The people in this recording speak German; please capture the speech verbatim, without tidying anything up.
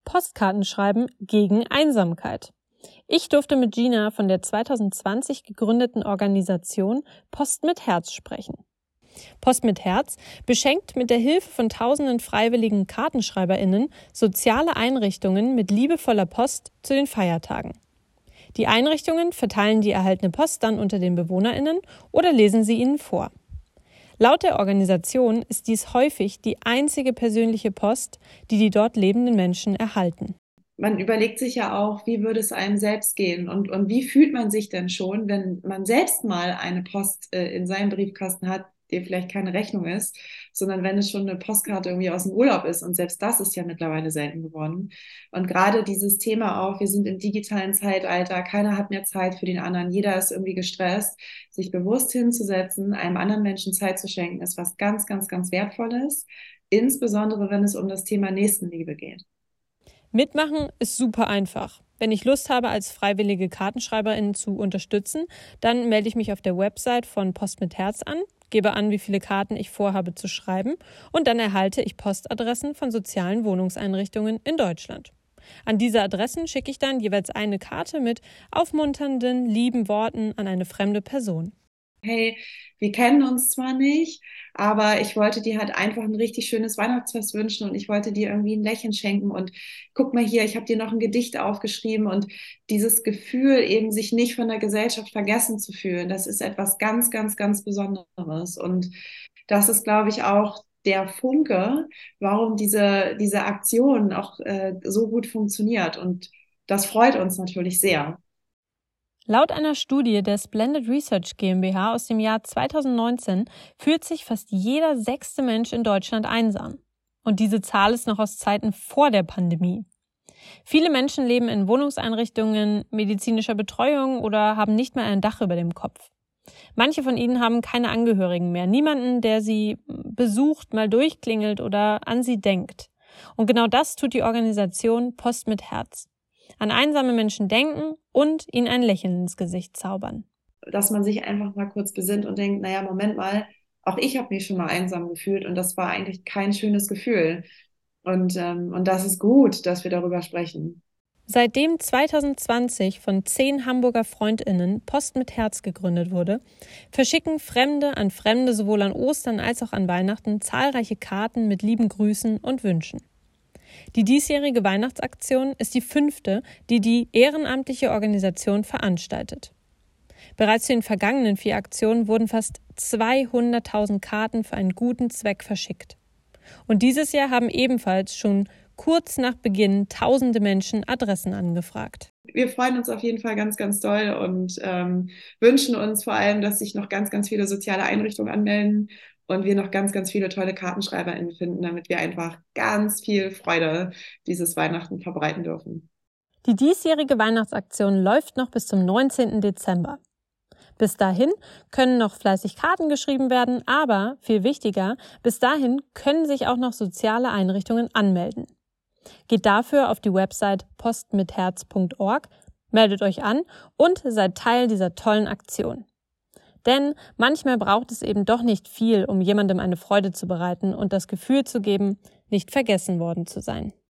Postkartenschreiben gegen Einsamkeit. Ich durfte mit Gina von der zwanzig zwanzig gegründeten Organisation Post mit Herz sprechen. Post mit Herz beschenkt mit der Hilfe von tausenden freiwilligen KartenschreiberInnen soziale Einrichtungen mit liebevoller Post zu den Feiertagen. Die Einrichtungen verteilen die erhaltene Post dann unter den BewohnerInnen oder lesen sie ihnen vor. Laut der Organisation ist dies häufig die einzige persönliche Post, die die dort lebenden Menschen erhalten. Man überlegt sich ja auch, wie würde es einem selbst gehen und, und wie fühlt man sich denn schon, wenn man selbst mal eine Post äh, in seinem Briefkasten hat, die vielleicht keine Rechnung ist, sondern wenn es schon eine Postkarte irgendwie aus dem Urlaub ist, und selbst das ist ja mittlerweile selten geworden. Und gerade dieses Thema auch, wir sind im digitalen Zeitalter, keiner hat mehr Zeit für den anderen, jeder ist irgendwie gestresst, sich bewusst hinzusetzen, einem anderen Menschen Zeit zu schenken, ist was ganz, ganz, ganz Wertvolles, insbesondere wenn es um das Thema Nächstenliebe geht. Mitmachen ist super einfach. Wenn ich Lust habe, als freiwillige KartenschreiberInnen zu unterstützen, dann melde ich mich auf der Website von Post mit Herz an, gebe an, wie viele Karten ich vorhabe zu schreiben, und dann erhalte ich Postadressen von sozialen Wohnungseinrichtungen in Deutschland. An diese Adressen schicke ich dann jeweils eine Karte mit aufmunternden, lieben Worten an eine fremde Person. Hey, wir kennen uns zwar nicht, aber ich wollte dir halt einfach ein richtig schönes Weihnachtsfest wünschen und ich wollte dir irgendwie ein Lächeln schenken und guck mal hier, ich habe dir noch ein Gedicht aufgeschrieben, und dieses Gefühl, eben sich nicht von der Gesellschaft vergessen zu fühlen, das ist etwas ganz, ganz, ganz Besonderes, und das ist, glaube ich, auch der Funke, warum diese, diese Aktion auch äh, so gut funktioniert, und das freut uns natürlich sehr. Laut einer Studie der Splendid Research GmbH aus dem Jahr zweitausendneunzehn fühlt sich fast jeder sechste Mensch in Deutschland einsam. Und diese Zahl ist noch aus Zeiten vor der Pandemie. Viele Menschen leben in Wohnungseinrichtungen, medizinischer Betreuung oder haben nicht mehr ein Dach über dem Kopf. Manche von ihnen haben keine Angehörigen mehr, niemanden, der sie besucht, mal durchklingelt oder an sie denkt. Und genau das tut die Organisation Post mit Herz. An einsame Menschen denken und ihnen ein Lächeln ins Gesicht zaubern. Dass man sich einfach mal kurz besinnt und denkt, naja, Moment mal, auch ich habe mich schon mal einsam gefühlt und das war eigentlich kein schönes Gefühl. Und, ähm, und das ist gut, dass wir darüber sprechen. Seitdem zwanzig zwanzig von zehn Hamburger FreundInnen Post mit Herz gegründet wurde, verschicken Fremde an Fremde sowohl an Ostern als auch an Weihnachten zahlreiche Karten mit lieben Grüßen und Wünschen. Die diesjährige Weihnachtsaktion ist die fünfte, die die ehrenamtliche Organisation veranstaltet. Bereits zu den vergangenen vier Aktionen wurden fast zweihunderttausend Karten für einen guten Zweck verschickt. Und dieses Jahr haben ebenfalls schon kurz nach Beginn tausende Menschen Adressen angefragt. Wir freuen uns auf jeden Fall ganz, ganz doll und ähm, wünschen uns vor allem, dass sich noch ganz, ganz viele soziale Einrichtungen anmelden und wir noch ganz, ganz viele tolle KartenschreiberInnen finden, damit wir einfach ganz viel Freude dieses Weihnachten verbreiten dürfen. Die diesjährige Weihnachtsaktion läuft noch bis zum neunzehnten Dezember. Bis dahin können noch fleißig Karten geschrieben werden, aber viel wichtiger, bis dahin können sich auch noch soziale Einrichtungen anmelden. Geht dafür auf die Website postmitherz punkt org, meldet euch an und seid Teil dieser tollen Aktion. Denn manchmal braucht es eben doch nicht viel, um jemandem eine Freude zu bereiten und das Gefühl zu geben, nicht vergessen worden zu sein.